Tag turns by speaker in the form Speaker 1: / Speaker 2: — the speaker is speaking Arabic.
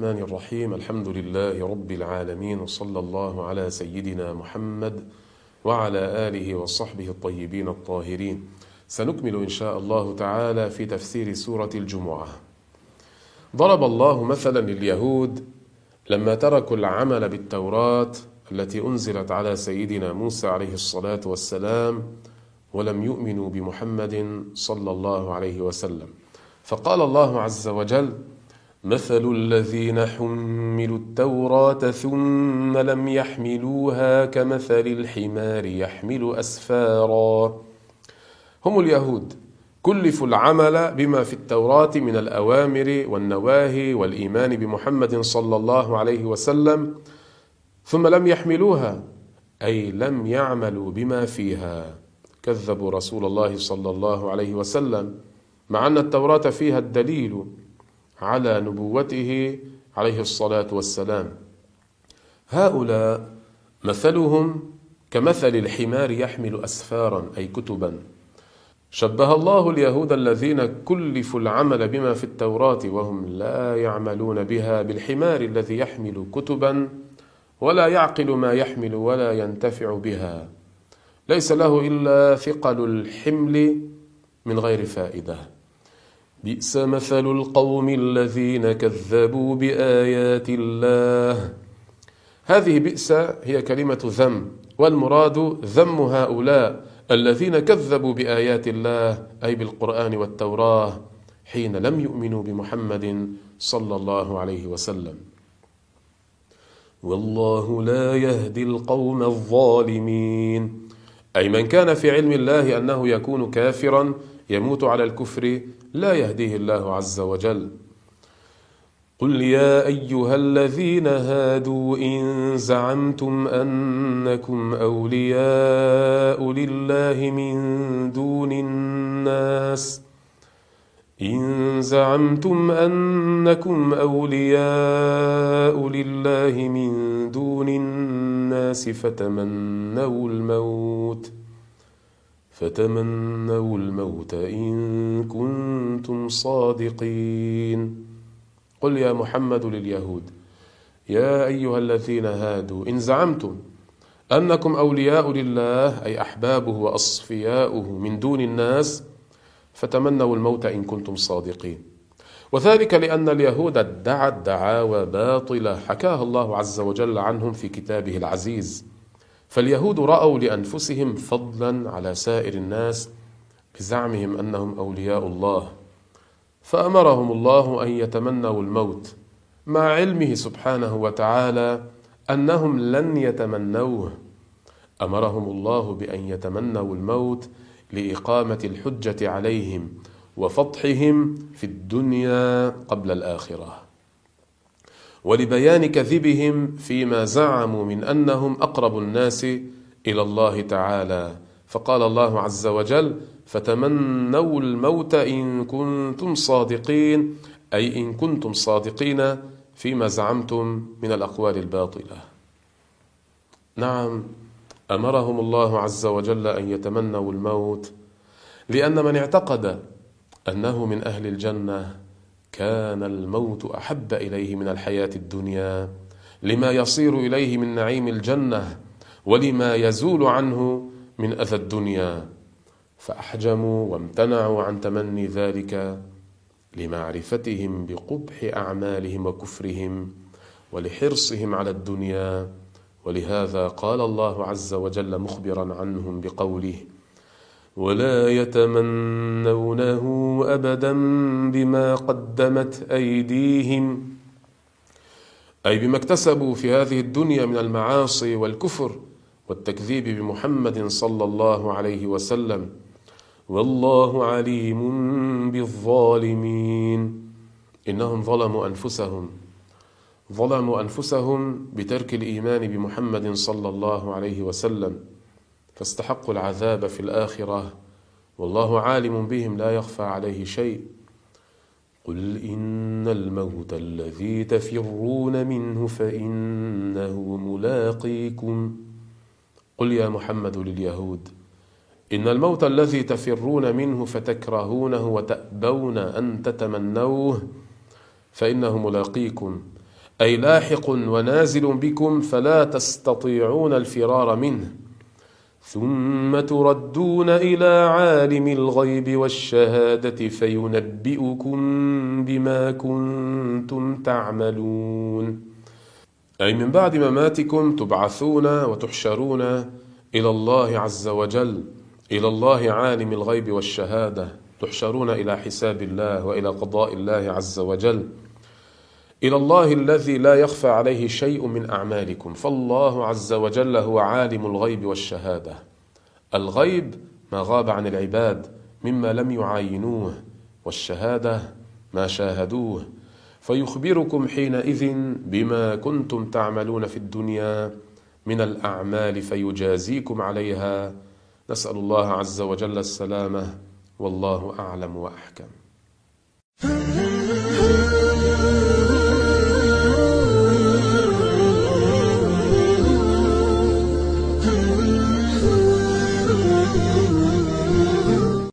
Speaker 1: الرحمن الرحيم. الحمد لله رب العالمين، وصلى الله على سيدنا محمد وعلى آله وصحبه الطيبين الطاهرين. سنكمل إن شاء الله تعالى في تفسير سورة الجمعة. ضرب الله مثلا لليهود لما تركوا العمل بالتوراة التي أنزلت على سيدنا موسى عليه الصلاة والسلام ولم يؤمنوا بمحمد صلى الله عليه وسلم، فقال الله عز وجل: مثل الذين حملوا التوراة ثم لم يحملوها كمثل الحمار يحمل أسفارا. هم اليهود كلفوا العمل بما في التوراة من الأوامر والنواهي والإيمان بمحمد صلى الله عليه وسلم، ثم لم يحملوها، أي لم يعملوا بما فيها، كذبوا رسول الله صلى الله عليه وسلم، مع أن التوراة فيها الدليل على نبوته عليه الصلاة والسلام. هؤلاء مثلهم كمثل الحمار يحمل أسفارا، أي كتبا. شبه الله اليهود الذين كلفوا العمل بما في التوراة وهم لا يعملون بها بالحمار الذي يحمل كتبا ولا يعقل ما يحمل ولا ينتفع بها، ليس له إلا ثقل الحمل من غير فائدة. بئس مثل القوم الذين كذبوا بآيات الله. هذه بئس هي كلمة ذم، والمراد ذم هؤلاء الذين كذبوا بآيات الله، أي بالقرآن والتوراة، حين لم يؤمنوا بمحمد صلى الله عليه وسلم. والله لا يهدي القوم الظالمين، أي من كان في علم الله أنه يكون كافرا يموت على الكفر لا يهديه الله عز وجل. قل يا أيها الذين هادوا إن زعمتم أنكم أولياء لله من دون الناس فتمنوا الموت إن كنتم صادقين. قل يا محمد لليهود: يا أيها الذين هادوا إن زعمتم أنكم أولياء لله، أي أحبابه وأصفياؤه من دون الناس، فتمنوا الموت إن كنتم صادقين. وذلك لأن اليهود ادعت دعاوى باطلة حكاها الله عز وجل عنهم في كتابه العزيز. فاليهود رأوا لأنفسهم فضلا على سائر الناس بزعمهم أنهم أولياء الله، فأمرهم الله أن يتمنوا الموت، مع علمه سبحانه وتعالى أنهم لن يتمنوه. أمرهم الله بأن يتمنوا الموت لإقامة الحجة عليهم وفضحهم في الدنيا قبل الآخرة، ولبيان كذبهم فيما زعموا من أنهم أقرب الناس إلى الله تعالى. فقال الله عز وجل: فتمنوا الموت إن كنتم صادقين، أي إن كنتم صادقين فيما زعمتم من الأقوال الباطلة. نعم، أمرهم الله عز وجل أن يتمنوا الموت لأن من اعتقد أنه من أهل الجنة كان الموت أحب إليه من الحياة الدنيا، لما يصير إليه من نعيم الجنة ولما يزول عنه من أذى الدنيا، فأحجموا وامتنعوا عن تمني ذلك لمعرفتهم بقبح أعمالهم وكفرهم ولحرصهم على الدنيا. ولهذا قال الله عز وجل مخبرا عنهم بقوله: ولا يتمنونه أبدا بما قدمت أيديهم، أي بما اكتسبوا في هذه الدنيا من المعاصي والكفر والتكذيب بمحمد صلى الله عليه وسلم. والله عليم بالظالمين. إنهم ظلموا أنفسهم بترك الإيمان بمحمد صلى الله عليه وسلم، فاستحقوا العذاب في الآخرة، والله عالم بهم لا يخفى عليه شيء. قل إن الموت الذي تفرون منه فإنه ملاقيكم. قل يا محمد لليهود: إن الموت الذي تفرون منه فتكرهونه وتأبون أن تتمنوه فإنه ملاقيكم، أي لاحق ونازل بكم فلا تستطيعون الفرار منه. ثم تردون إلى عالم الغيب والشهادة فينبئكم بما كنتم تعملون. أي من بعد مماتكم تبعثون وتحشرون إلى الله عز وجل، إلى الله عالم الغيب والشهادة، تحشرون إلى حساب الله وإلى قضاء الله عز وجل، إلى الله الذي لا يخفى عليه شيء من أعمالكم. فالله عز وجل هو عالم الغيب والشهادة. الغيب ما غاب عن العباد مما لم يعاينوه، والشهادة ما شاهدوه، فيخبركم حينئذ بما كنتم تعملون في الدنيا من الأعمال فيجازيكم عليها. نسأل الله عز وجل السلامة، والله أعلم وأحكم.